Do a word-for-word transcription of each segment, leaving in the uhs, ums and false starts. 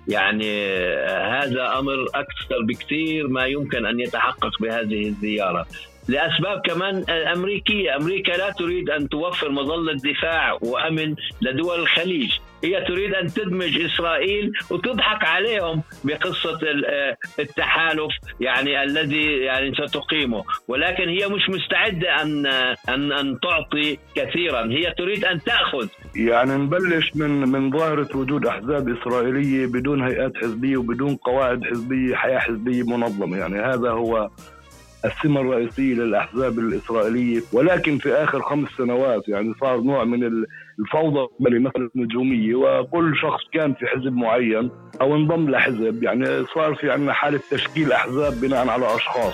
يعني هذا أمر أكثر بكثير ما يمكن أن يتحقق بهذه الزيارة لأسباب كمان أمريكية. أمريكا لا تريد أن توفر مظلة دفاع وأمن لدول الخليج، هي تريد أن تدمج إسرائيل وتضحك عليهم بقصة التحالف يعني الذي يعني ستقيمه، ولكن هي مش مستعدة أن أن أن تعطي كثيرا، هي تريد أن تأخذ. يعني نبلش من من ظاهرة وجود أحزاب إسرائيلية بدون هيئات حزبية وبدون قواعد حزبية، حياة حزبية منظمة، يعني هذا هو السمة الرئيسية للأحزاب الإسرائيلية. ولكن في آخر خمس سنوات يعني صار نوع من الفوضى مثلا نجومية، وكل شخص كان في حزب معين أو انضم لحزب، يعني صار في عندنا حالة تشكيل أحزاب بناء على أشخاص.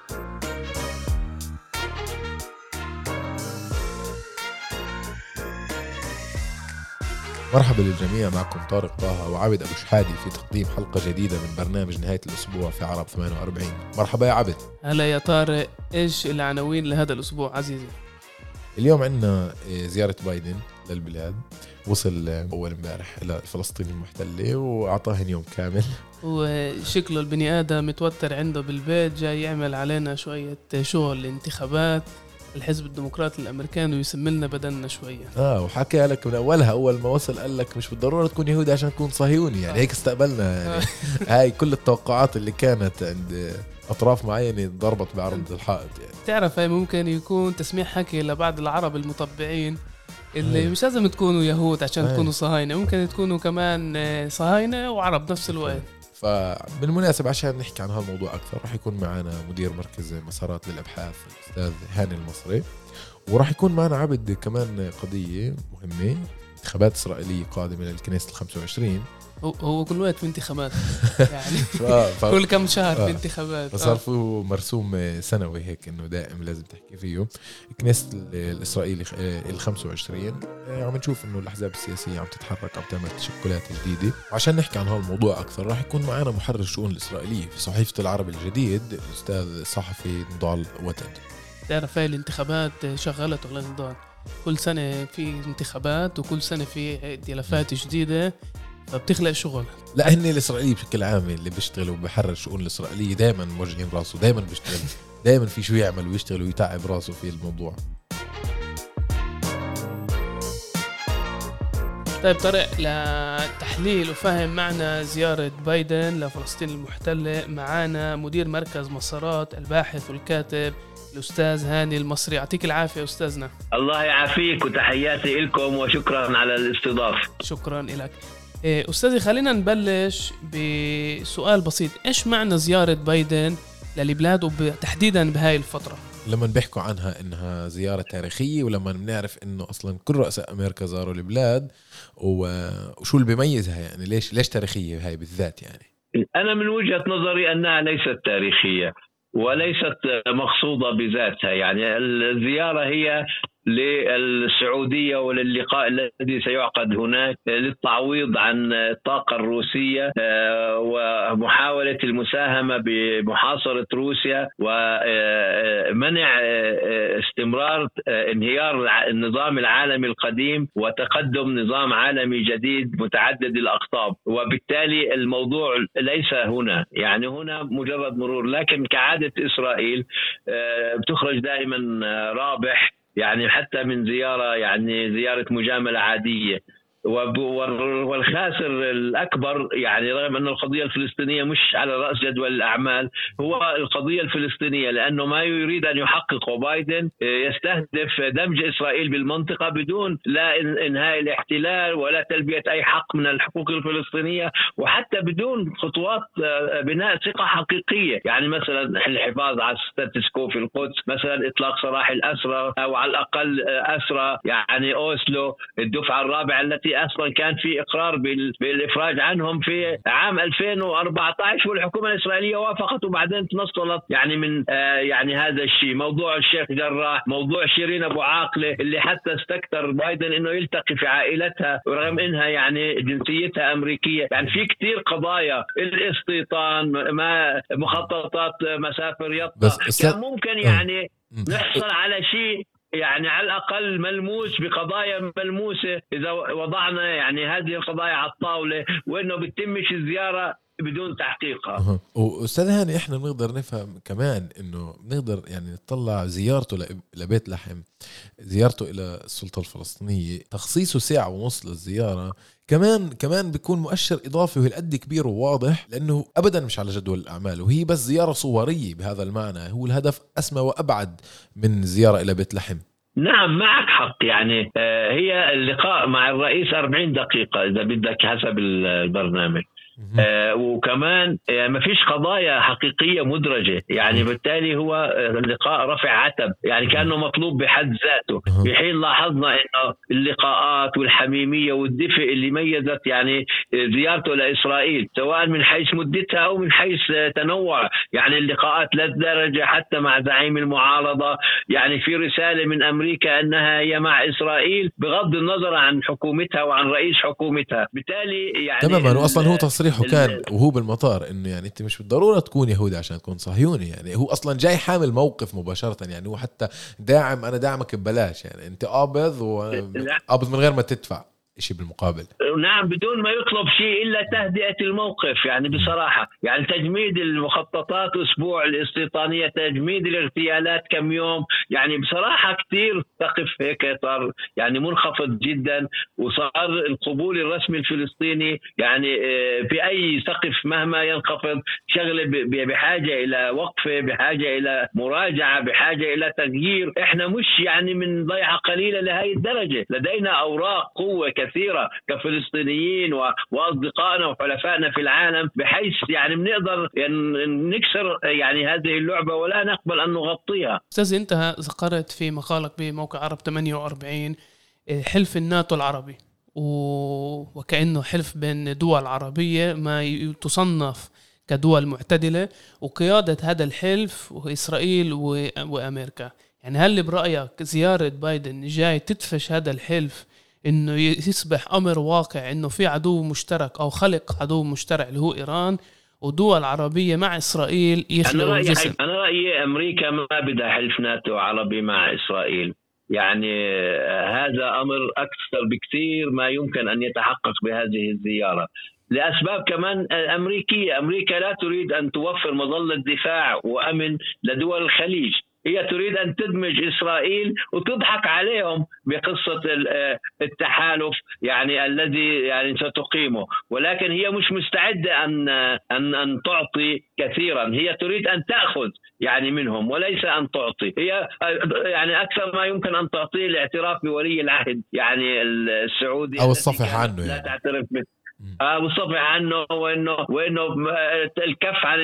مرحبا للجميع، معكم طارق طه وعبد أبو شحادي في تقديم حلقة جديدة من برنامج نهاية الأسبوع في عرب ثمانية وأربعين. مرحبا يا عبد. هلا يا طارق، إيش العناوين لهذا الأسبوع عزيزي؟ اليوم عندنا زيارة بايدن للبلاد، وصل أول امبارح إلى فلسطين المحتلة وأعطاهن يوم كامل، وشكله البني آدم متوتر عنده بالبيت، جاي يعمل علينا شوية شغل انتخابات الحزب الديمقراطي الامريكاني ويسملنا بدلنا شويه. اه وحكى لك من اولها اول ما وصل قال لك مش بالضروره تكون يهودي عشان تكون صهيوني، يعني هيك استقبلنا يعني. هاي كل التوقعات اللي كانت عند اطراف معينه ضربت بعرض الحائط. يعني تعرف هاي ممكن يكون تسميع حكي لبعض العرب المطبعين اللي مش لازم تكونوا يهود عشان هاي. تكونوا صهاينه، ممكن تكونوا كمان صهاينه وعرب نفس الوقت. فبالمناسبة عشان نحكي عن هالموضوع أكثر راح يكون معنا مدير مركز مسارات للأبحاث الأستاذ هاني المصري، وراح يكون معنا عبد كمان قضية مهمة، انتخابات إسرائيلية قادمة للكنيسة الخمسة وعشرين. هو كل وقت في انتخابات يعني ف... كل كم شهر في انتخابات، فصار فيه مرسوم سنوي هيك انه دائم لازم تحكي فيه. الكنيسة الإسرائيلي الخمسة وعشرين عم نشوف انه الأحزاب السياسية عم تتحرك، عم تعمل تشكلات جديدة. وعشان نحكي عن هالموضوع أكثر راح يكون معنا محرر الشؤون الإسرائيلية في صحيفة العرب الجديد الأستاذ صحفي نضال وتد. تعرف هاي الانتخابات شغالة ولا نضال؟ كل سنة في انتخابات وكل سنة في ائتلافات جديدة، فبتخلق شغل. لا هن الإسرائيلي بشكل عام اللي بيشتغلوا بحرر الشؤون الإسرائيلية دائما موجهين راسه، دائما بيشتغل، دائما في شو يعمل ويشتغل ويتعب راسه في الموضوع. طيب طارق، لتحليل وفهم معنا زيارة بايدن لفلسطين المحتلة معنا مدير مركز مسارات الباحث والكاتب الأستاذ هاني المصري. يعطيك العافية أستاذنا. الله يعافيك وتحياتي لكم وشكرا على الاستضافة. شكرا لك أستاذي. خلينا نبلش بسؤال بسيط، إيش معنى زيارة بايدن للبلاد وتحديدا بهاي الفترة؟ لما بيحكوا عنها إنها زيارة تاريخية، ولما بنعرف إنه أصلا كل رؤساء أمريكا زاروا البلاد، وشو اللي بيميزها يعني؟ ليش ليش تاريخية هاي بالذات؟ يعني أنا من وجهة نظري أنها ليست تاريخية وليست مقصودة بذاتها، يعني الزيارة هي للسعودية وللقاء الذي سيعقد هناك للتعويض عن الطاقة الروسية ومحاولة المساهمة بمحاصرة روسيا ومنع استمرار انهيار النظام العالمي القديم وتقدم نظام عالمي جديد متعدد الأقطاب. وبالتالي الموضوع ليس هنا، يعني هنا مجرد مرور، لكن كعادة إسرائيل بتخرج دائما رابح، يعني حتى من زيارة يعني زيارة مجاملة عادية. والخاسر الأكبر يعني رغم أن القضية الفلسطينية مش على رأس جدول الأعمال هو القضية الفلسطينية، لأنه ما يريد أن يحققه بايدن يستهدف دمج إسرائيل بالمنطقة بدون لا إنهاء الاحتلال ولا تلبية أي حق من الحقوق الفلسطينية، وحتى بدون خطوات بناء ثقة حقيقية، يعني مثلا الحفاظ على الستاتس كو في القدس، مثلا إطلاق سراح الأسرى أو على الأقل أسرى، يعني أوسلو الدفعة الرابعة التي أصلا كان في إقرار بالإفراج عنهم في عام ألفين وأربعة عشر والحكومة الإسرائيلية وافقت وبعدين تنصلت يعني من آه يعني هذا الشيء. موضوع الشيخ جراح، موضوع شيرين أبو عاقلة اللي حتى استكتر بايدن إنه يلتقي في عائلتها ورغم إنها يعني جنسيتها أمريكية. يعني في كتير قضايا، الاستيطان، ما مخططات مسافر يطا، كان ممكن يعني نحصل على شيء يعني على الأقل ملموس بقضايا ملموسة إذا وضعنا يعني هذه القضايا على الطاولة، وإنه بتتمش الزيارة بدون تحقيقها. وأستاذ هاني إحنا نقدر نفهم كمان إنه نقدر يعني نطلع زيارته لبيت لحم، زيارته إلى السلطة الفلسطينية، تخصيصه ساعة ونص للزيارة كمان كمان بيكون مؤشر إضافي وهالقد كبير وواضح، لأنه أبدا مش على جدول الأعمال، وهي بس زيارة صورية بهذا المعنى. هو الهدف أسمى وأبعد من زيارة إلى بيت لحم. نعم معك حق، يعني هي اللقاء مع الرئيس أربعين دقيقة إذا بدك حسب البرنامج. آه وكمان آه ما فيش قضايا حقيقية مدرجة، يعني بالتالي هو اللقاء رفع عتب، يعني كأنه مطلوب بحد ذاته، بحين لاحظنا إنه اللقاءات والحميمية والدفء اللي ميزت يعني زيارته لإسرائيل سواء من حيث مدتها أو من حيث تنوع، يعني اللقاءات لدرجة حتى مع زعيم المعارضة يعني في رسالة من أمريكا أنها هي مع إسرائيل بغض النظر عن حكومتها وعن رئيس حكومتها. بالتالي يعني تماما، وأصلا هو تصريح وكان وهو بالمطار انه يعني انت مش بالضروره تكون يهودي عشان تكون صهيوني، يعني هو اصلا جاي حامل موقف مباشره، يعني هو حتى داعم، انا داعمك ببلاش، يعني انت قابض وقابض من غير ما تدفع شيء بالمقابل. نعم بدون ما يطلب شيء إلا تهدئة الموقف، يعني بصراحة يعني تجميد المخططات أسبوع الاستيطانية، تجميد الاغتيالات كم يوم، يعني بصراحة كتير سقف هيك صار يعني منخفض جدا، وصار القبول الرسمي الفلسطيني يعني في أي سقف مهما ينخفض شغلة بحاجة إلى وقفة، بحاجة إلى مراجعة، بحاجة إلى تغيير. إحنا مش يعني من ضيعة قليلة لهذه الدرجة، لدينا أوراق قوة كثيرة كفلسطينيين وأصدقائنا وحلفائنا في العالم، بحيث يعني بنقدر يعني نكسر يعني هذه اللعبة ولا نقبل أن نغطيها. أستاذ أنت ذكرت في مقالك بموقع عرب ثمانية وأربعين حلف الناتو العربي، وكأنه حلف بين دول عربية ما تصنف كدول معتدلة، وقيادة هذا الحلف وإسرائيل وأمريكا. يعني هل برأيك زيارة بايدن جاي تدفش هذا الحلف إنه يصبح أمر واقع، إنه في عدو مشترك أو خلق عدو مشترك اللي هو إيران ودول عربية مع إسرائيل يخلقوا جسم؟ أنا رأيي أمريكا ما بدها حلف ناتو عربي مع إسرائيل، يعني هذا أمر أكثر بكثير ما يمكن أن يتحقق بهذه الزيارة لأسباب كمان أمريكية. أمريكا لا تريد أن توفر مظلة دفاع وأمن لدول الخليج، هي تريد أن تدمج إسرائيل وتضحك عليهم بقصة التحالف يعني الذي يعني ستقيمه، ولكن هي مش مستعدة أن أن أن تعطي كثيرا، هي تريد أن تأخذ يعني منهم وليس أن تعطي. هي يعني أكثر ما يمكن أن تعطيه الاعتراف بولي العهد يعني السعودي أو الصفح عنه، لا يعني. تعترف به والصفح عنه، وانه وانه الكف عن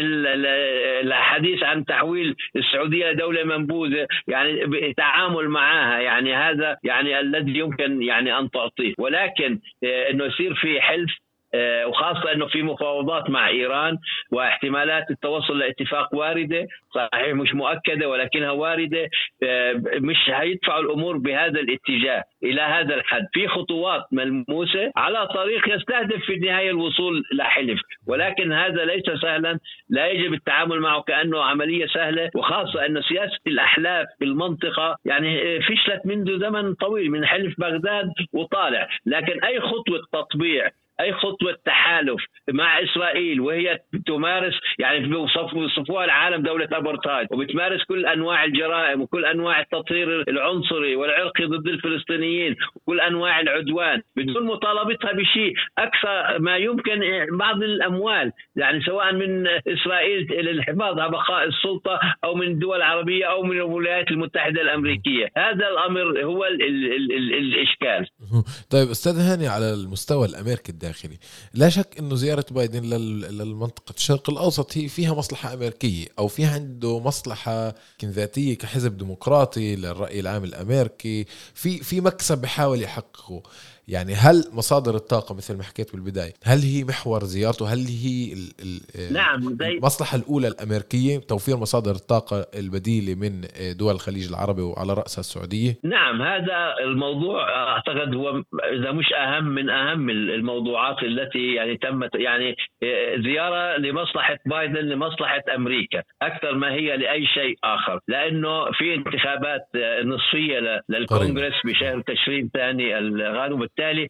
الحديث عن تحويل السعوديه لدوله منبوذه، يعني تعامل معها، يعني هذا يعني الذي يمكن يعني ان تعطيه. ولكن انه يصير في حلف، وخاصة أنه في مفاوضات مع إيران واحتمالات التوصل لاتفاق واردة، صحيح مش مؤكدة ولكنها واردة، مش هيدفع الأمور بهذا الاتجاه إلى هذا الحد. في خطوات ملموسة على طريق يستهدف في النهاية الوصول لحلف، ولكن هذا ليس سهلا، لا يجب التعامل معه كأنه عملية سهلة، وخاصة أن سياسة الأحلاف في المنطقة يعني فشلت منذ زمن طويل من حلف بغداد وطالع. لكن أي خطوة تطبيع، أي خطوة تحالف مع إسرائيل وهي تمارس يعني بيوصفوها العالم دولة أبرتايد، وبتمارس كل أنواع الجرائم وكل أنواع التطهير العنصري والعرقي ضد الفلسطينيين وكل أنواع العدوان بدون مطالبتها بشيء أكثر ما يمكن بعض الأموال، يعني سواء من إسرائيل للحفاظ على بقاء السلطة أو من الدول العربية أو من الولايات المتحدة الأمريكية. هذا الأمر هو ال ال ال ال الإشكال. طيب أستاذ هاني، على المستوى الأمريكي الداخلي لا شك أنه زيارة بايدن للمنطقة الشرق الأوسط هي فيها مصلحة أمريكية، أو فيها عنده مصلحة ذاتية كحزب ديمقراطي للرأي العام الأمريكي، في في مكسب بحاول يحققه. يعني هل مصادر الطاقة مثل ما حكيت بالبداية هل هي محور زيارته؟ هل هي ال ال نعم المصلحة الأولى الأمريكية توفير مصادر الطاقة البديلة من دول الخليج العربي وعلى رأسها السعودية؟ نعم هذا الموضوع أعتقد هو إذا مش أهم من أهم الموضوعات التي يعني تمت، يعني زيارة لمصلحة بايدن لمصلحة أمريكا أكثر ما هي لأي شيء آخر، لأنه في انتخابات نصفية للكونغرس بشهر تشرين ثاني الغالي، وبالتالي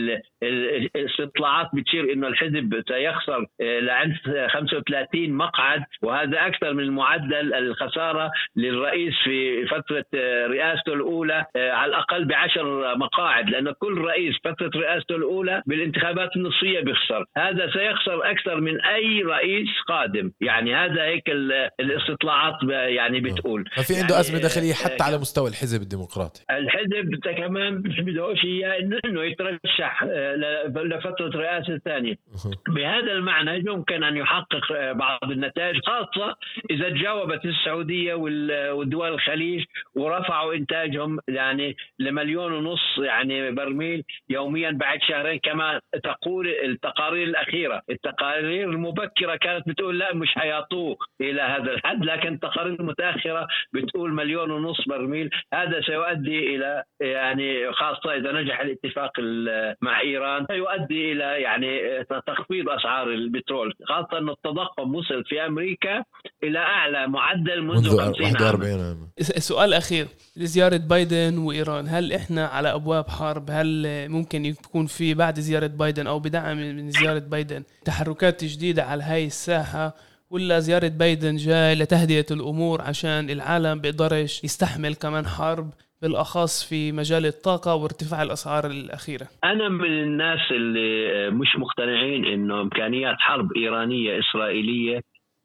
الاستطلاعات بتشير إنه الحزب سيخسر لعند خمسة وثلاثين مقعد، وهذا أكثر من معدل الخسارة للرئيس في فترة رئاسته الأولى على الأقل بعشر مقاعد، لأن كل رئيس فترة رئاسته الأولى بالانتخابات النصفية بيخسر، هذا سيخسر أكثر من أي رئيس قادم. يعني هذا هيك الاستطلاعات يعني بتقول ففي عنده يعني أزمة داخلية حتى على مستوى الحزب الديمقراطي. الحزب كمان بدهوش إياه إنه يترشح لفترة رئاسة ثانية. بهذا المعنى يمكن أن يحقق بعض النتائج، خاصة إذا تجاوبت السعودية والدول الخليج ورفعوا إنتاجهم يعني لمليون ونص يعني برميل يوميا بعد شهرين كما تقول التقارير الأخيرة. التقارير المبكرة كانت بتقول لا مش حيعطوه إلى هذا الحد، لكن التقارير المتأخرة بتقول مليون ونص برميل. هذا سيؤدي إلى يعني خاصة إذا نجح الاتفاق مع إيران سيؤدي إلى يعني تخفيض أسعار البترول، خاصة أن التضخم وصل في أمريكا إلى أعلى معدل منذ خمسين عام. سؤال أخير لزيارة بايدن وإيران، هل إحنا على أبواب حرب؟ هل ممكن يكون في بعد زيارة بايدن أو بدعم من زيارة بايدن تحركات جديدة على هاي الساحة، ولا زيارة بايدن جاي لتهدئة الأمور عشان العالم بيقدرش يستحمل كمان حرب بالأخص في مجال الطاقة وارتفاع الأسعار الأخيرة؟ أنا من الناس اللي مش مقتنعين إنه إمكانيات حرب إيرانية إسرائيلية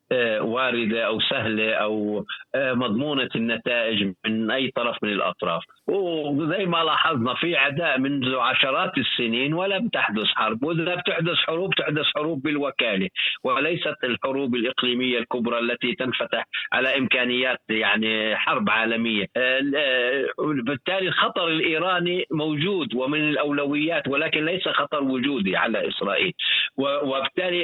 واردة أو سهلة أو مضمونة النتائج من أي طرف من الأطراف. وزي ما لاحظنا في عداء منذ عشرات السنين ولم تحدث حرب، وإذا بتحدث حروب تحدث حروب بالوكالة وليست الحروب الإقليمية الكبرى التي تنفتح على إمكانيات يعني حرب عالمية. بالتالي الخطر الإيراني موجود ومن الأولويات، ولكن ليس خطر وجودي على إسرائيل. وبالتالي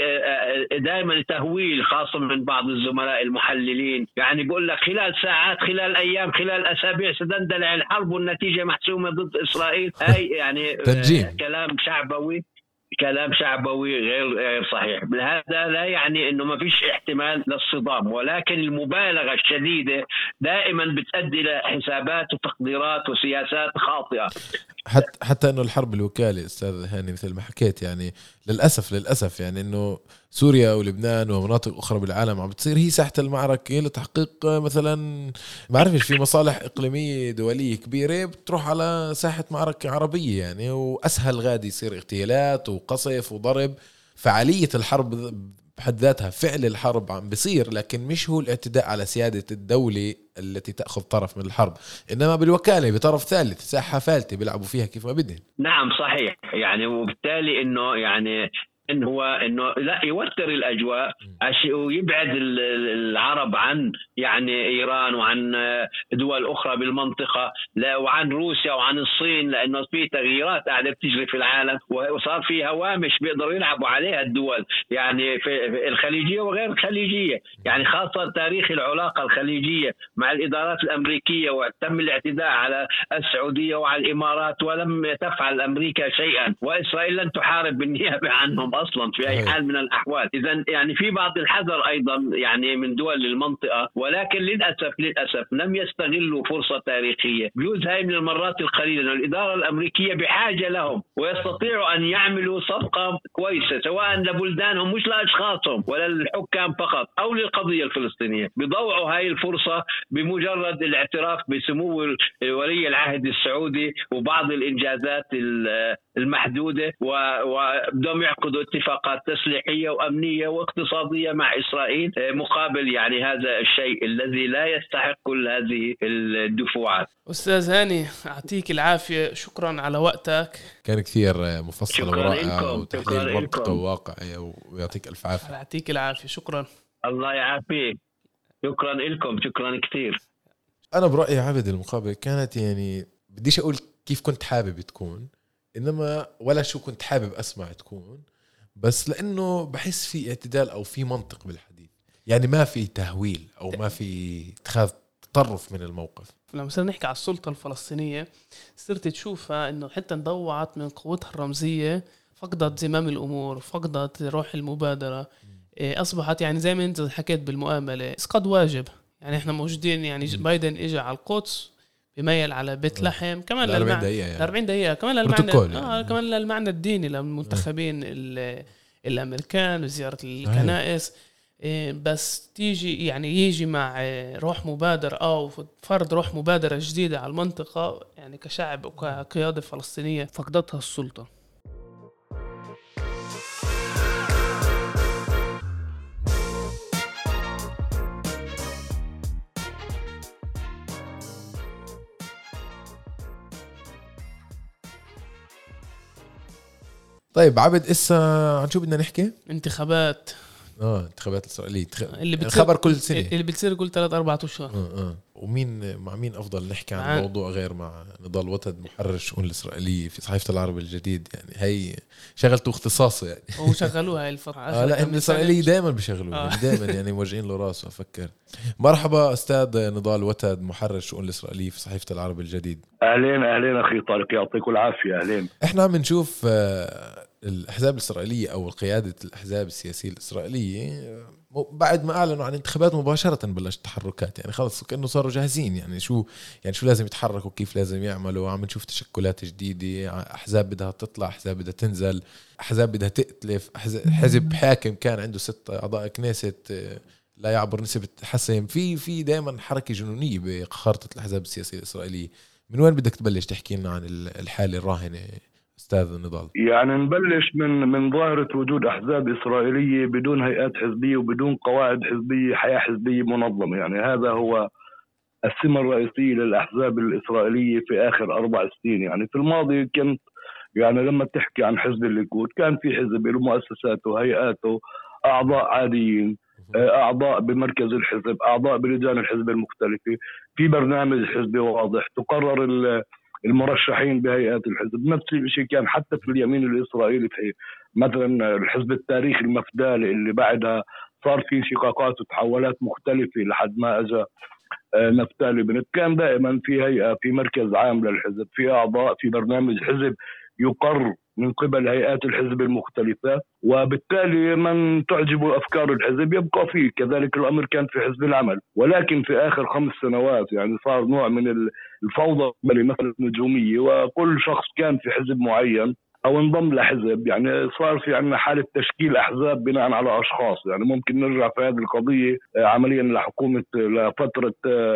دائما تهويل خاصة من بعض الزملاء المحللين، يعني بقول لك خلال ساعات خلال أيام خلال أسابيع ستندلع الحرب والنتيجة محسومة ضد إسرائيل. هاي يعني كلام شعبوي كلام شعبوي غير غير صحيح. هذا لا يعني انه ما فيش احتمال للصدام، ولكن المبالغه الشديده دائما بتؤدي الى حسابات وتقديرات وسياسات خاطئه. حتى حتى انه الحرب الوكاله استاذ هاني مثل ما حكيت، يعني للاسف للاسف يعني انه سوريا ولبنان ومناطق اخرى بالعالم عم بتصير هي ساحه المعركه لتحقيق مثلا ما بعرفش في مصالح اقليميه دوليه كبيره بتروح على ساحه معركه عربيه يعني، واسهل غادي يصير اغتيالات وقصف وضرب. فعاليه الحرب بحد ذاتها فعل الحرب عم بيصير، لكن مش هو الاعتداء على سياده الدوله التي تأخذ طرف من الحرب، إنما بالوكالة بطرف ثالث ساحة فالتة بيلعبوا فيها كيف ما بدهم. نعم صحيح، يعني وبالتالي إنه يعني إن هو إنه لا يوتر الأجواء ويبعد العرب عن يعني إيران وعن دول أخرى بالمنطقة، لا وعن روسيا وعن الصين، لأنه في تغييرات قاعدة بتجري في العالم وصار في هوامش بيقدروا يلعبوا عليها الدول يعني في الخليجية وغير الخليجية، يعني خاصة تاريخ العلاقة الخليجية مع الإدارات الأمريكية، وتم الاعتداء على السعودية وعلى الإمارات ولم تفعل أمريكا شيئا، وإسرائيل لن تحارب بالنيابة عنهم أصلا في أي حال من الأحوال. إذن يعني في بعض الحذر أيضا يعني من دول المنطقة، ولكن للأسف للأسف لم يستغلوا فرصة تاريخية. بيوز هاي من المرات القليلة الإدارة الأمريكية بحاجة لهم ويستطيعوا أن يعملوا صفقة كويسة سواء لبلدانهم مش لأشخاصهم ولا للحكام فقط أو للقضية الفلسطينية. بيضوعوا هاي الفرصة بمجرد الاعتراف بسمو ولي العهد السعودي وبعض الإنجازات المحدودة، وبدهم يعقدوا اتفاقات تسليحية وأمنية واقتصادية مع إسرائيل مقابل يعني هذا الشيء الذي لا يستحق كل هذه الدفوعات. أستاذ هاني أعطيك العافية، شكرا على وقتك، كان كثير مفصل ورائع وتحليل منطقي وواقعي، ويعطيك ألف عافية. يعطيك العافية، شكرا. الله يعافيك، شكرا لكم، شكرا كثير. أنا برأيي عبد المقابلة كانت يعني بديش أقول كيف كنت حابب تكون، إنما ولا شو كنت حابب أسمع تكون، بس لأنه بحس في اعتدال أو في منطق بالحديث، يعني ما في تهويل أو ما في اتخاذ تطرف من الموقف. لما صرنا نحكي على السلطة الفلسطينية صرت تشوفها إنه حتى انضوعت من قوتها الرمزية، فقدت زمام الأمور، فقدت روح المبادرة. أصبحت يعني زي ما أنت حكيت بالمؤاملة إسقاط واجب. يعني إحنا موجودين، يعني بايدن إجا على القدس بميل على بيت لحم كمان أربعين دقيقة يعني. أربعين دقيقة كمان للمعنى يعني. آه كمان للمعنى الديني للمنتخبين الأمريكان وزيارة الكنائس. بس تيجي يعني يجي مع روح مبادرة أو فرض روح مبادرة جديدة على المنطقة، يعني كشعب وكقيادة فلسطينية فقدتها السلطة. طيب عبد، إسا عن شو بدنا نحكي؟ انتخابات. اه انتخابات الإسرائيلية تخ... اللي بتصير خبر كل سنة، اللي بتصير كل ثلاث أربعة أشهر. اه اه ومين مع مين أفضل نحكي عن الموضوع غير مع نضال وتد محرر الشؤون الإسرائيلية في صحيفة العرب الجديد؟ يعني هي شغلته اختصاصه يعني. هو شغلوها هاي الفترة. آه لا الإسرائيلية دائما بيشغلوه آه. يعني دائما يعني موجهين له راسه. أفكر مرحبا أستاذ نضال وتد محرر الشؤون الإسرائيلية في صحيفة العرب الجديد. أهلين أهلين أخي طارق، يعطيكم العافية. أهلين. إحنا عم نشوف آه الأحزاب الإسرائيلية أو قيادة الأحزاب السياسية الإسرائيلية بعد ما أعلنوا عن انتخابات مباشرة بلشت تحركات، يعني خلص كأنه صاروا جاهزين، يعني شو يعني شو لازم يتحركوا، كيف لازم يعملوا. عم نشوف تشكلات جديدة، أحزاب بدها تطلع، أحزاب بدها تنزل، أحزاب بدها تأتلف. حزب حاكم كان عنده ست أعضاء كنيست لا يعبر نسبة حسم. في في دائما حركة جنونية بخارطة الأحزاب السياسية الإسرائيلية. من وين بدك تبلش تحكي لنا عن الحالة الراهنة أستاذ نضال؟ يعني نبلش من من ظاهرة وجود أحزاب إسرائيلية بدون هيئات حزبية وبدون قواعد حزبية، حياة حزبية منظمة. يعني هذا هو السمة الرئيسية للأحزاب الإسرائيلية في آخر أربع سنين. يعني في الماضي كنت يعني لما تحكي عن حزب الليكود كان في حزب له مؤسساته، هيئاته، أعضاء عاديين، أعضاء بمركز الحزب، أعضاء بلجان الحزب المختلفة، في برنامج حزبي واضح، تقرر المرشحين بهيئات الحزب. نفس الشيء كان حتى في اليمين الإسرائيلي، في مثلا الحزب التاريخي المفدالي اللي بعدها صار في شقاقات وتحولات مختلفة لحد ما أجا نفتالي بنت. كان دائما في هيئة، في مركز عام للحزب، في أعضاء، في برنامج حزب يقر من قبل هيئات الحزب المختلفة، وبالتالي من تعجب أفكار الحزب يبقى فيه. كذلك الأمر كان في حزب العمل. ولكن في آخر خمس سنوات يعني صار نوع من الفوضى مثل النجومية، وكل شخص كان في حزب معين أو انضم لحزب، يعني صار في عندنا حالة تشكيل أحزاب بناء على أشخاص. يعني ممكن نرجع في هذه القضية عمليا لحكومة لفترة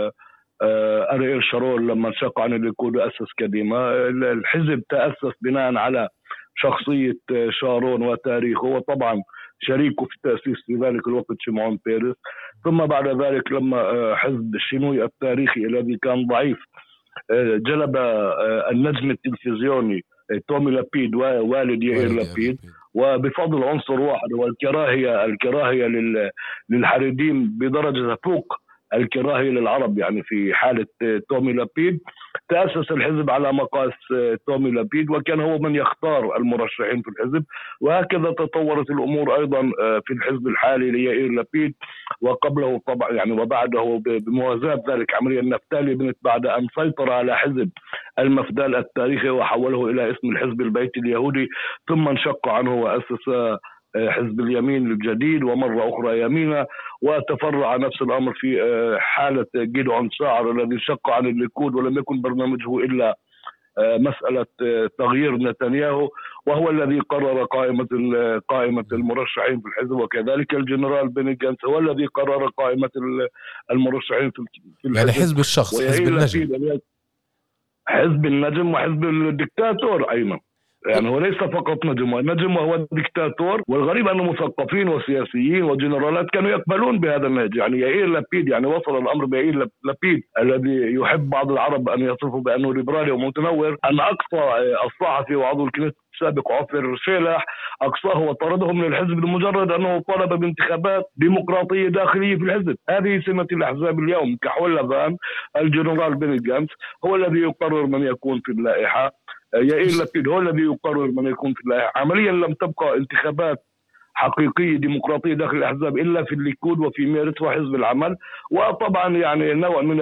أرييل شارون لما انشق عن الليكود وأسس كديما. الحزب تأسس بناء على شخصية شارون وتاريخه، وطبعا شريكه في التأسيس في ذلك الوقت شمعون بيرس. ثم بعد ذلك لما حزب الشينوي التاريخي الذي كان ضعيف جلب النجم التلفزيوني تومي لابيد ووالد يائير لابيد، وبفضل عنصر واحد والكراهية الكراهية للحريديم بدرجة فوق الكراهية للعرب. يعني في حالة تومي لابيد تأسس الحزب على مقاس تومي لابيد، وكان هو من يختار المرشحين في الحزب. وهكذا تطورت الأمور أيضا في الحزب الحالي ليائير لابيد، وقبله طبعا يعني وبعده بموازاة ذلك عمليا نفتالي بنت بعد أن سيطر على حزب المفدال التاريخي وحوله إلى اسم الحزب البيت اليهودي، ثم انشق عنه وأسس حزب اليمين الجديد ومرة أخرى يمينة، وتفرع نفس الأمر في حالة جيدعون ساعر الذي انشق عن الليكود ولم يكن برنامجه إلا مسألة تغيير نتنياهو، وهو الذي قرر قائمة قائمة المرشحين في الحزب. وكذلك الجنرال بني جانتس هو الذي قرر قائمة المرشحين في الحزب. يعني حزب الشخص، حزب النجم، حزب النجم وحزب الدكتاتور أيضا. يعني هو ليس فقط نجم، النجم وهو ديكتاتور. والغريب أن مثقفين وسياسيين وجنرالات كانوا يقبلون بهذا النهج. يعني يائير لابيد يعني وصل الأمر بيائير لابيد الذي يحب بعض العرب أن يصفه بأنه ليبرالي ومتنور، أن أقصى الصحفي وعضو الكنيست السابق عفر شيلح أقصاه وطرده من الحزب لمجرد أنه طلب بانتخابات ديمقراطية داخلية في الحزب. هذه سمة الأحزاب اليوم. كحول لبان الجنرال بني جانتس هو الذي يقرر من يكون في اللائحة، يائير لابيد هو الذي يقرر من يكون في اللائحة. عمليا لم تبقى انتخابات حقيقية ديمقراطية داخل الأحزاب إلا في الليكود وفي ميرت وحزب العمل، وطبعا يعني نوع من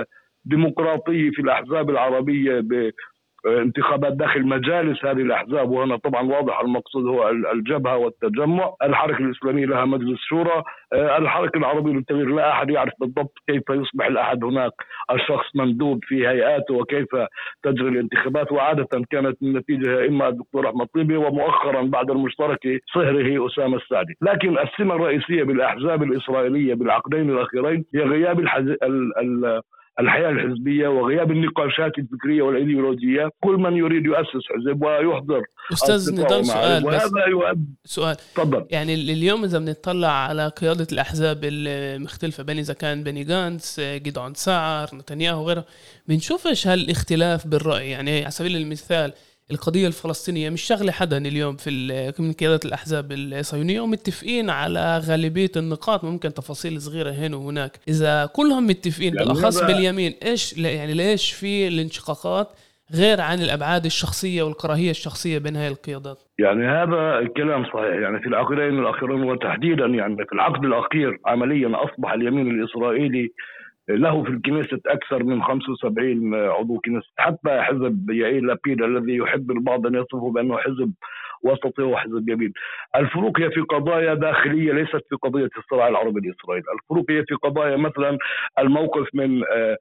الديمقراطية في الأحزاب العربية بانتخابات داخل مجالس هذه الأحزاب، وهنا طبعا واضح المقصود هو الجبهة والتجمع. الحركة الإسلامية لها مجلس شورى، الحركة العربية للتغيير لا أحد يعرف بالضبط كيف يصبح الأحد هناك الشخص مندوب في هيئاته وكيف تجري الانتخابات، وعادة كانت النتيجة إما الدكتور أحمد طيبي ومؤخرا بعد المشتركة صهره أسامة السعدي. لكن السمة الرئيسية بالأحزاب الإسرائيلية بالعقدين الأخيرين هي غياب الحز... ال... ال... الحياة الحزبية وغياب النقاشات الفكرية والإيديولوجية. كل من يريد يؤسس حزب ويحضر. أستاذ نضال سؤال بس يؤد... سؤال طبعا. يعني اليوم إذا بنطلع على قيادة الأحزاب المختلفة بين إذا كان بني غانتس، جيدعون سعر، نتنياهو وغيره، بنشوفش هالاختلاف بالرأي. يعني على سبيل المثال القضية الفلسطينية مش شغلة حدا اليوم في من قيادة الأحزاب الصهيونية ومتفقين على غالبية النقاط، ممكن تفاصيل صغيرة هنا وهناك. إذا كلهم متفقين يعني بالأخص باليمين، إيش يعني ليش في الانشقاقات غير عن الأبعاد الشخصية والكراهية الشخصية بين هاي القيادات؟ يعني هذا الكلام صحيح. يعني في العقدين الأخيرين وتحديدا يعني في العقد الأخير عمليا أصبح اليمين الإسرائيلي له في الكنيسة أكثر من خمسة وسبعين عضو كنيسة. حتى حزب يائير لابيد الذي يحب البعض أن يصفه بأنه حزب وسطي وحزب يمين. الفروق هي في قضايا داخلية ليست في قضية الصراع العربي الإسرائيلي. الفروق هي في قضايا مثلا الموقف من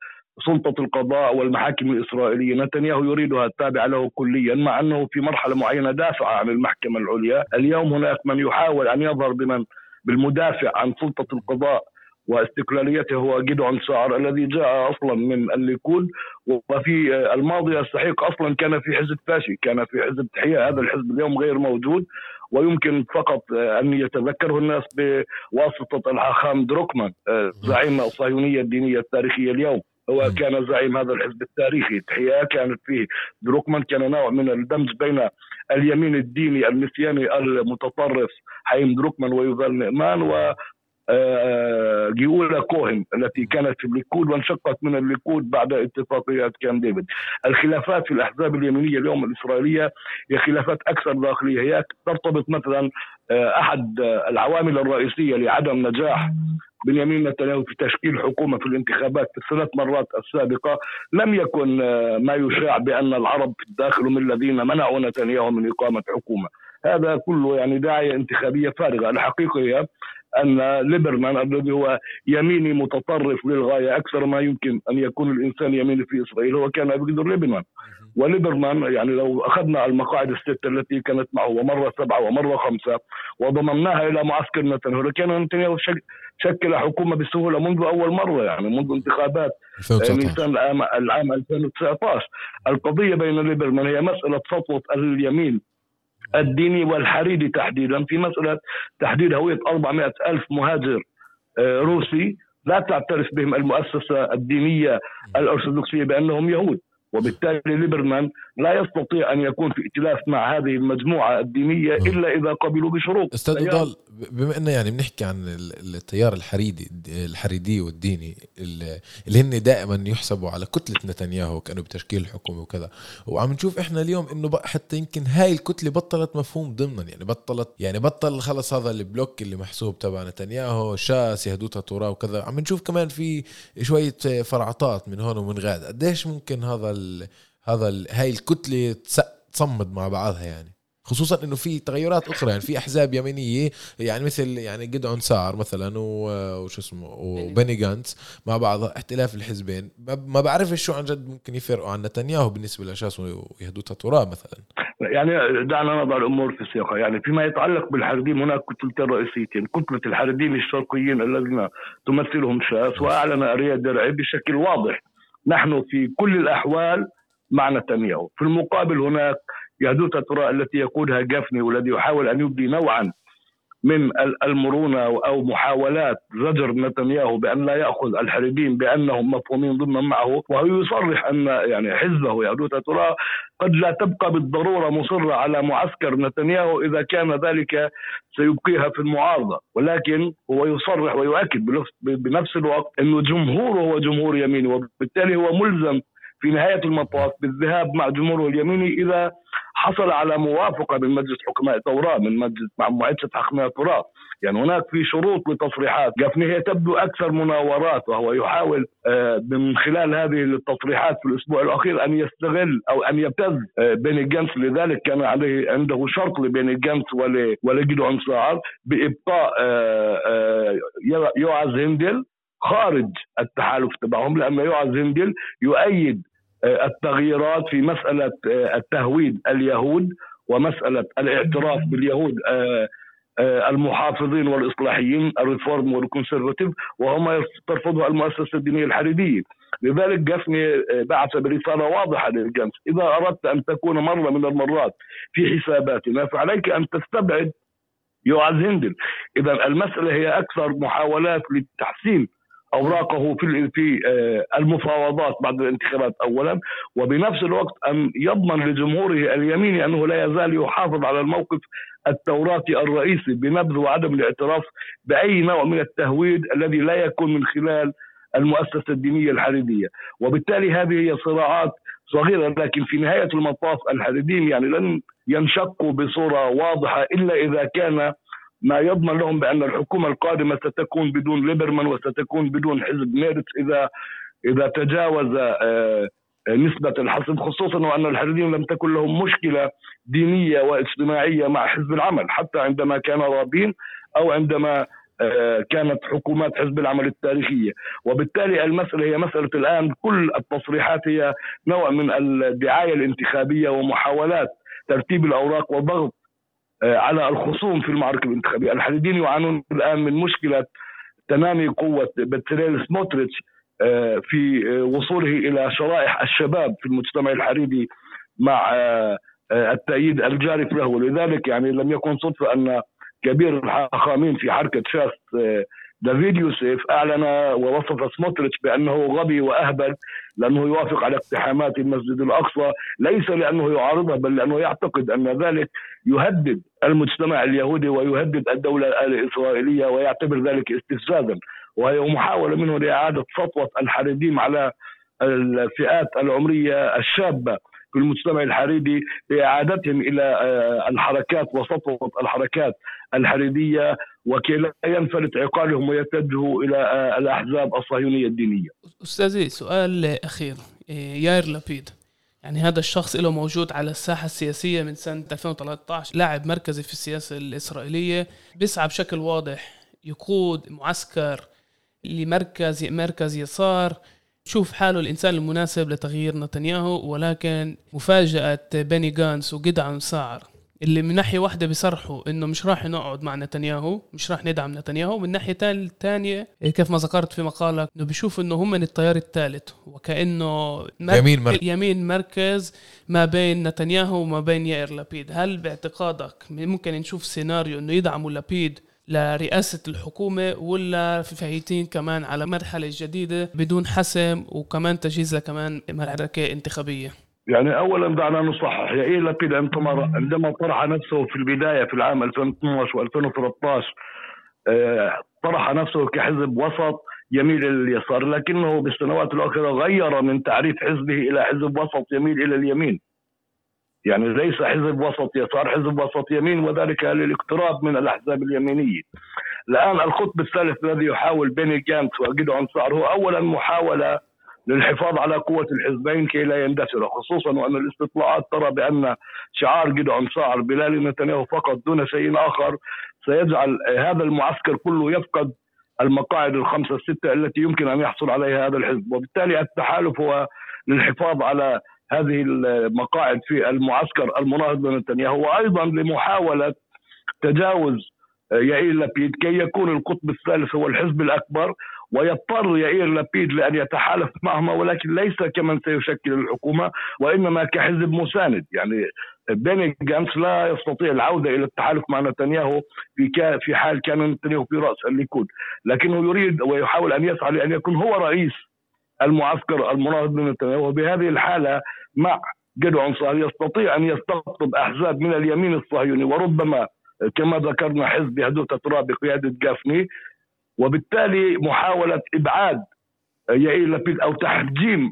سلطة القضاء والمحاكم الإسرائيلية. نتنياهو يريدها التابعة له كليا، مع أنه في مرحلة معينة دافع عن المحكمة العليا. اليوم هناك من يحاول أن يظهر بمن بالمدافع عن سلطة القضاء واستقلاليته هو جيدعون سعر الذي جاء أصلا من الليكود، وفي الماضي السحيق أصلا كان في حزب فاشي، كان في حزب تحية. هذا الحزب اليوم غير موجود، ويمكن فقط أن يتذكره الناس بواسطة الحاخام دروكمان زعيم الصهيونية الدينية التاريخية اليوم. هو كان زعيم هذا الحزب التاريخي تحية، كانت فيه دروكمان، كان نوع من الدمج بين اليمين الديني المسياني المتطرف حيم دروكمان ويوفال نعمان و جيولا كوهن التي كانت في الليكود وانشقت من الليكود بعد اتفاقيات كامب ديفيد. الخلافات في الأحزاب اليمينية اليوم الإسرائيلية هي خلافات أكثر داخلية، هي ترتبط مثلا أحد العوامل الرئيسية لعدم نجاح بنيامين نتنياهو في تشكيل حكومة في الانتخابات في الثلاث مرات السابقة لم يكن ما يشاع بأن العرب في الداخل من الذين منعوا نتنياهو من إقامة حكومة. هذا كله يعني داعية انتخابية فارغة. الحقيقة هي أن ليبرمان الذي هو يميني متطرف للغاية، أكثر ما يمكن أن يكون الإنسان يميني في إسرائيل هو كان أبيجدور ليبرمان. وليبرمان يعني لو أخذنا المقاعد الستة التي كانت معه ومرة سبعة ومرة خمسة وضممناها إلى معسكر نتنياهو كان نتنياهو شكل حكومة بسهولة منذ أول مرة، يعني منذ انتخابات نيسان العام, العام ألفين وتسعة عشر. القضية بين ليبرمان هي مسألة سطوة اليمين الديني والحريدي تحديدا في مسألة تحديد هوية أربعمائة ألف مهاجر روسي لا تعترف بهم المؤسسة الدينية الأرثوذكسية بأنهم يهود، وبالتالي ليبرمان لا يستطيع أن يكون في ائتلاف مع هذه المجموعة الدينية إلا إذا قبلوا بشروط. أستاذ نضال، بما أنه يعني بنحكي عن التيار الحريدي الحريدي والديني اللي هن دائما يحسبوا على كتلة نتنياهو كانوا بتشكيل الحكومة وكذا، وعم نشوف إحنا اليوم إنه بقى حتى يمكن هاي الكتلة بطلت مفهوم ضمنا، يعني بطلت يعني بطل خلص هذا البلوك اللي محسوب تبع نتنياهو شاس يهدوتها تورا وكذا. عم نشوف كمان في شوية فرعطات من هون ومن غاد. قديش ممكن هذا ال هذا ال هاي الكتلة تصمد مع بعضها، يعني خصوصا انه في تغيرات اخرى، يعني في احزاب يمينيه يعني مثل يعني جيدعون سعر مثلا وش اسمه وبني غانتس مع بعض احتلاف الحزبين ما بعرفش شو عن جد ممكن يفرقوا عن نتنياهو بالنسبه لاشاس ويهدوتها تراب مثلا. يعني دعنا نضع الامور في سياقها. يعني فيما يتعلق بالحريديين هناك كتلتين رئيسيتين، كتله الحريديين الشرقيين الذين تمثلهم شاس، واعلن ارياد درعي بشكل واضح نحن في كل الاحوال مع نتنياهو. في المقابل هناك يهدوتها ترى التي يقودها جافني والذي يحاول أن يبدي نوعا من المرونة أو محاولات زجر نتنياهو بأن لا يأخذ الحريديين بأنهم مفهومين ضمن معه، وهو يصرح أن يعني حزبه يهدوتها ترى قد لا تبقى بالضرورة مصرة على معسكر نتنياهو إذا كان ذلك سيبقيها في المعارضة، ولكن هو يصرح ويؤكد بنفس الوقت أنه جمهوره هو جمهور يميني، وبالتالي هو ملزم في نهاية المطاف بالذهاب مع جمهوره اليميني إذا حصل على موافقة من مجلس حكماء ثورة، من مجلس مع مؤسسة حكماء ثورة. يعني هناك في شروط لتصريحات جافني هي تبدو أكثر مناورات، وهو يحاول من خلال هذه التصريحات في الأسبوع الأخير أن يستغل أو أن يبتز بيني جانس. لذلك كان عليه عنده شرط لبيني جانس ولجيدعون ساعر بإبقاء يوعز هندل خارج التحالف تبعهم، لأن يوعز هندل يؤيد التغييرات في مسألة التهويد اليهود ومسألة الاعتراف باليهود المحافظين والإصلاحيين الريفورم والكونسرفاتيف، وهم ترفضها المؤسسة الدينية الحريدية. لذلك جافني بعث برسالة واضحة للجانس: إذا أردت أن تكون مرة من المرات في حساباتنا فعليك أن تستبعد يوعز هندل. إذا المسألة هي أكثر محاولات لتحسين أوراقه في في المفاوضات بعد الانتخابات أولا، وبنفس الوقت أن يضمن لجمهوره اليميني أنه لا يزال يحافظ على الموقف التوراتي الرئيسي بنبذ وعدم الاعتراف بأي نوع من التهويد الذي لا يكون من خلال المؤسسة الدينية الحريدية. وبالتالي هذه هي صراعات صغيرة، لكن في نهاية المطاف الحريديين يعني لن ينشقوا بصورة واضحة إلا إذا كان ما يضمن لهم بأن الحكومة القادمة ستكون بدون ليبرمان وستكون بدون حزب ميرتس إذا إذا تجاوز نسبة الحسب، خصوصا وأن الحريديين لم تكن لهم مشكلة دينية واجتماعية مع حزب العمل حتى عندما كان رابين أو عندما كانت حكومات حزب العمل التاريخية. وبالتالي المسألة هي مسألة الآن كل التصريحات هي نوع من الدعاية الانتخابية ومحاولات ترتيب الأوراق وضغط على الخصوم في المعركة الانتخابية. الحريديين يعانون الآن من مشكلة تنامي قوة بتسليل سموتريتش في وصوله إلى شرائح الشباب في المجتمع الحريدي مع التأييد الجارف له. ولذلك يعني لم يكن صدفة أن كبير الحاخامين في حركة شاس دافيد يوسف أعلن ووصف سموتريتش بأنه غبي وأهبل لأنه يوافق على اقتحامات المسجد الأقصى، ليس لأنه يعارضها بل لأنه يعتقد أن ذلك يهدد المجتمع اليهودي ويهدد الدولة الإسرائيلية ويعتبر ذلك استفزازا، وهي محاولة منه لإعادة سطوة الحريديين على الفئات العمرية الشابة في المجتمع الحريدي لإعادتهم إلى الحركات وسطوة الحركات الحريدية وكي لا ينفلت عقالهم ويتجهوا إلى الأحزاب الصهيونية الدينية. أستاذي سؤال أخير، ياير لابيد يعني هذا الشخص له موجود على الساحة السياسية من سنة ألفين وثلاثة عشر، لاعب مركزي في السياسة الإسرائيلية، بيسعى بشكل واضح يقود معسكر لمركز مركز يسار، شوف حاله الإنسان المناسب لتغيير نتنياهو. ولكن مفاجأة بيني جانس وجيدعون ساعر اللي من ناحية واحدة بيصرحوا إنه مش راح نقعد مع نتنياهو، مش راح ندعم نتنياهو، من ناحية تانية كيف ما ذكرت في مقالك إنه بيشوف إنه هم من التيار الثالث وكأنه يمين مركز. يمين مركز ما بين نتنياهو وما بين يائر لابيد. هل باعتقادك ممكن نشوف سيناريو إنه يدعموا لابيد لرئاسة الحكومة، ولا في فايتين كمان على مرحلة جديدة بدون حسم وكمان تجهيز كمان معركة انتخابية؟ يعني أولا دعنا نصحح، يائير لابيد عندما طرح نفسه في البداية في العام ألفين واثني عشر وألفين وثلاثة عشر طرح نفسه كحزب وسط يميل إلى اليسار، لكنه بالسنوات الأخيرة غير من تعريف حزبه إلى حزب وسط يميل إلى اليمين. يعني ليس حزب وسط يسار، حزب وسط يمين، وذلك للاقتراب من الأحزاب اليمينية. الآن القطب الثالث الذي يحاول بيني جانس وجيدعون ساعر هو أولا محاولة للحفاظ على قوة الحزبين كي لا يندثروا، خصوصا وأن الاستطلاعات ترى بأن شعار جيدعون ساعر بلال نتنياهو فقط دون شيء آخر سيجعل هذا المعسكر كله يفقد المقاعد الخمسة الستة التي يمكن أن يحصل عليها هذا الحزب. وبالتالي التحالف هو للحفاظ على هذه المقاعد في المعسكر المناهض لنتنياهو، وأيضا لمحاولة تجاوز يائير لابيد كي يكون القطب الثالث هو الحزب الأكبر، ويضطر يائير لابيد لأن يتحالف معهما، ولكن ليس كمن سيشكل الحكومة وإنما كحزب مساند. يعني بيني جانس لا يستطيع العودة إلى التحالف مع نتنياهو في في حال كان نتنياهو في رأس الليكود، لكنه يريد ويحاول أن يسعى لأن يكون هو رئيس المعسكر المناهض لنتنياهو. وبهذه الحالة مع جيدعون ساعر يستطيع أن يستقطب أحزاب من اليمين الصهيوني وربما كما ذكرنا حزب يهودية تراب بقيادة جافني، وبالتالي محاولة إبعاد يائير لابيد أو تحجيم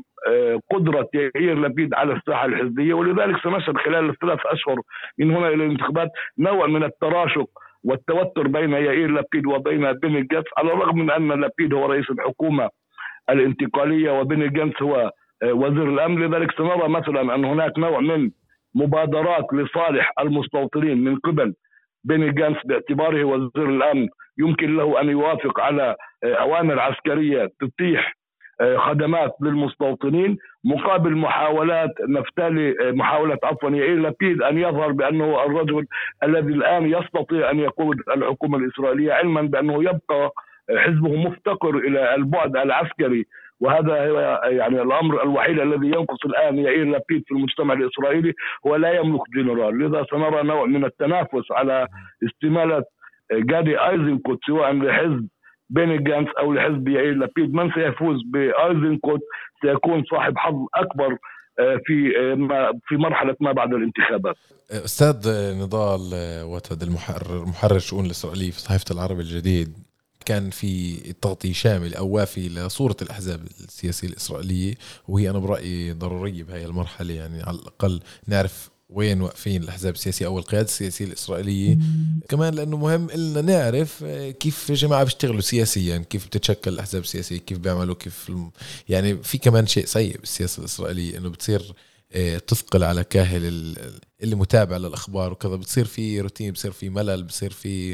قدرة يائير لبيد على الساحة الحزبية، ولذلك سنشهد خلال الثلاث أشهر من هنا إلى الانتخابات نوع من التراشق والتوتر بين يائير لبيد وبين بيني جانتس، على الرغم من أن لبيد هو رئيس الحكومة الانتقالية وبيني جانتس هو وزير الأمن. لذلك سنرى مثلا أن هناك نوع من مبادرات لصالح المستوطنين من قبل بيني جانتس باعتباره وزير الأمن، يمكن له أن يوافق على أوامر عسكرية تتيح خدمات للمستوطنين مقابل محاولات نفتالي محاولة عفوا يائير لبيد أن يظهر بأنه الرجل الذي الآن يستطيع أن يقود الحكومة الإسرائيلية، علما بأنه يبقى حزبه مفتقر إلى البعد العسكري، وهذا يعني الأمر الوحيد الذي ينقص الآن يائير لبيد في المجتمع الإسرائيلي، هو لا يملك جنرال. لذا سنرى نوع من التنافس على استمالة جادي أيزنكوت سواء لحزب بيني جانتس أو لحزب يائير لبيد. من سيفوز بأيزنكوت سيكون صاحب حظ أكبر في في مرحلة ما بعد الانتخابات. أستاذ نضال وتد المحرر محرر الشؤون الإسرائيلية في صحيفة العربي الجديد، كان في تغطية شامل أو وافي لصورة الأحزاب السياسية الإسرائيلية، وهي أنا برأيي ضرورية بهاي المرحلة، يعني على الأقل نعرف وين واقفين الأحزاب السياسية أو القيادة السياسية الإسرائيلية، كمان لأنه مهم إلنا نعرف كيف جماعة بيشتغلوا سياسيا، كيف بتتشكل الأحزاب السياسية، كيف بيعملوا، كيف الم... يعني في كمان شيء سيء بالسياسة الإسرائيلية إنه بتصير تثقل على كاهل اللي متابع للأخبار وكذا، بتصير في روتين، بتصير في ملل، بتصير في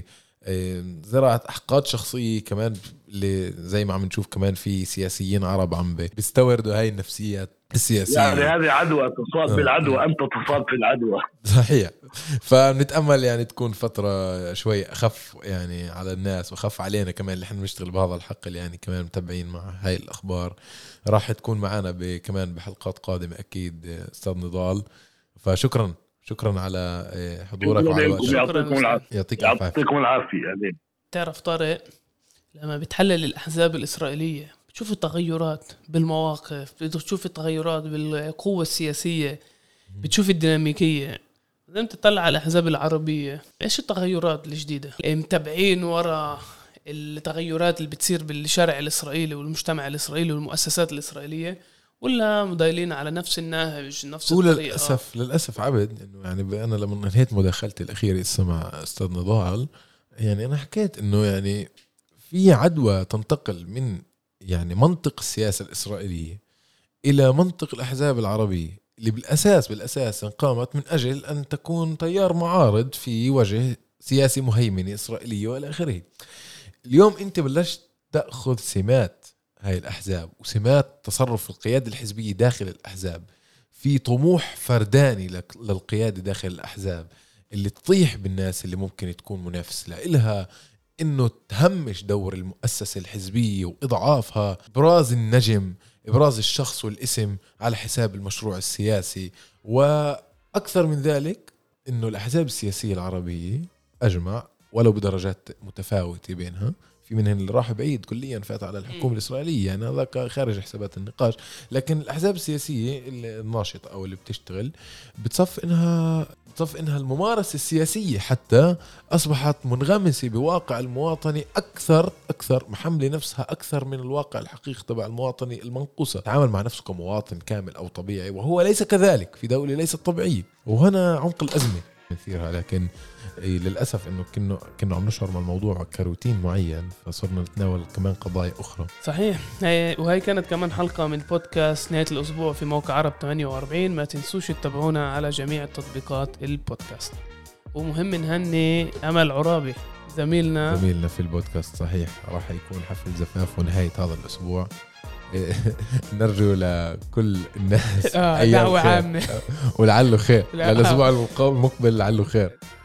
زراعة أحقاد شخصية كمان، اللي زي ما عم نشوف كمان في سياسيين عرب عم بيستوردوا هاي النفسيات السياسية. يعني هذه عدوى، تصاب بالعدوى، أنت تصاب في العدوى. صحيح. فنتأمل يعني تكون فترة شوي أخف يعني على الناس وأخف علينا كمان اللي احنا نشتغل بهذا الحق، اللي يعني كمان متابعين مع هاي الأخبار. راح تكون معنا كمان بحلقات قادمة أكيد أستاذ نضال، فشكرا شكرا على حضورك وعلى وقتك. يعطيكم العافية. يعطيك يعطيكم العافية. تعرف طارق، لما بتحلل الأحزاب الإسرائيلية بتشوف التغيرات بالمواقف، بتشوف التغيرات بالقوة السياسية، بتشوف الديناميكية. لما تطلع على الأحزاب العربية، إيش التغيرات الجديدة؟ متابعين وراء التغيرات اللي بتصير بالشارع الإسرائيلي والمجتمع الإسرائيلي والمؤسسات الإسرائيلية، ولا مضايلين على نفس النهج نفس الطريقة؟ للأسف للأسف عبد إنه يعني أنا لما انهيت مداخلتي الأخيرة مع أستاذ نضال، يعني أنا حكيت إنه يعني في عدوى تنتقل من يعني منطق السياسة الإسرائيلية إلى منطق الأحزاب العربية، اللي بالأساس بالأساس قامت من أجل أن تكون تيار معارض في وجه سياسي مهيمنة إسرائيلية وإلى آخره. اليوم أنت بلشت تأخذ سمات هاي الأحزاب وسمات تصرف القيادة الحزبية داخل الأحزاب، في طموح فرداني للقيادة داخل الأحزاب اللي تطيح بالناس اللي ممكن تكون منافس لها، إنه تهمش دور المؤسسة الحزبية وإضعافها، إبراز النجم، إبراز الشخص والاسم على حساب المشروع السياسي. وأكثر من ذلك إنه الأحزاب السياسية العربية أجمع ولو بدرجات متفاوتة بينها، في منهن اللي راح بعيد كليا فات على الحكومة الإسرائيلية، يعني هذا خارج حسابات النقاش، لكن الأحزاب السياسية الناشطة أو اللي بتشتغل بتصف إنها بتصف إنها الممارسة السياسية حتى أصبحت منغمسة بواقع المواطني أكثر أكثر محملة نفسها أكثر من الواقع الحقيقي تبع المواطني المنقوصة، تعامل مع نفسه كمواطن كامل أو طبيعي، وهو ليس كذلك في دولة ليست طبيعية. وهنا عمق الأزمة مثيرها، لكن للأسف إنه كنا كنا عم نشعر مع الموضوع كروتين معين، فصرنا نتناول كمان قضايا أخرى. صحيح. هي وهي كانت كمان حلقة من بودكاست نهاية الأسبوع في موقع عرب ثمانية وأربعين. ما تنسوش تتابعونا على جميع تطبيقات البودكاست. ومهم نهني أمل عرابي زميلنا زميلنا في البودكاست. صحيح، راح يكون حفل زفاف ونهاية هذا الأسبوع. نرجو لكل الناس آه دعوة عامة ولعله خير، للأسبوع المقبل لعله خير.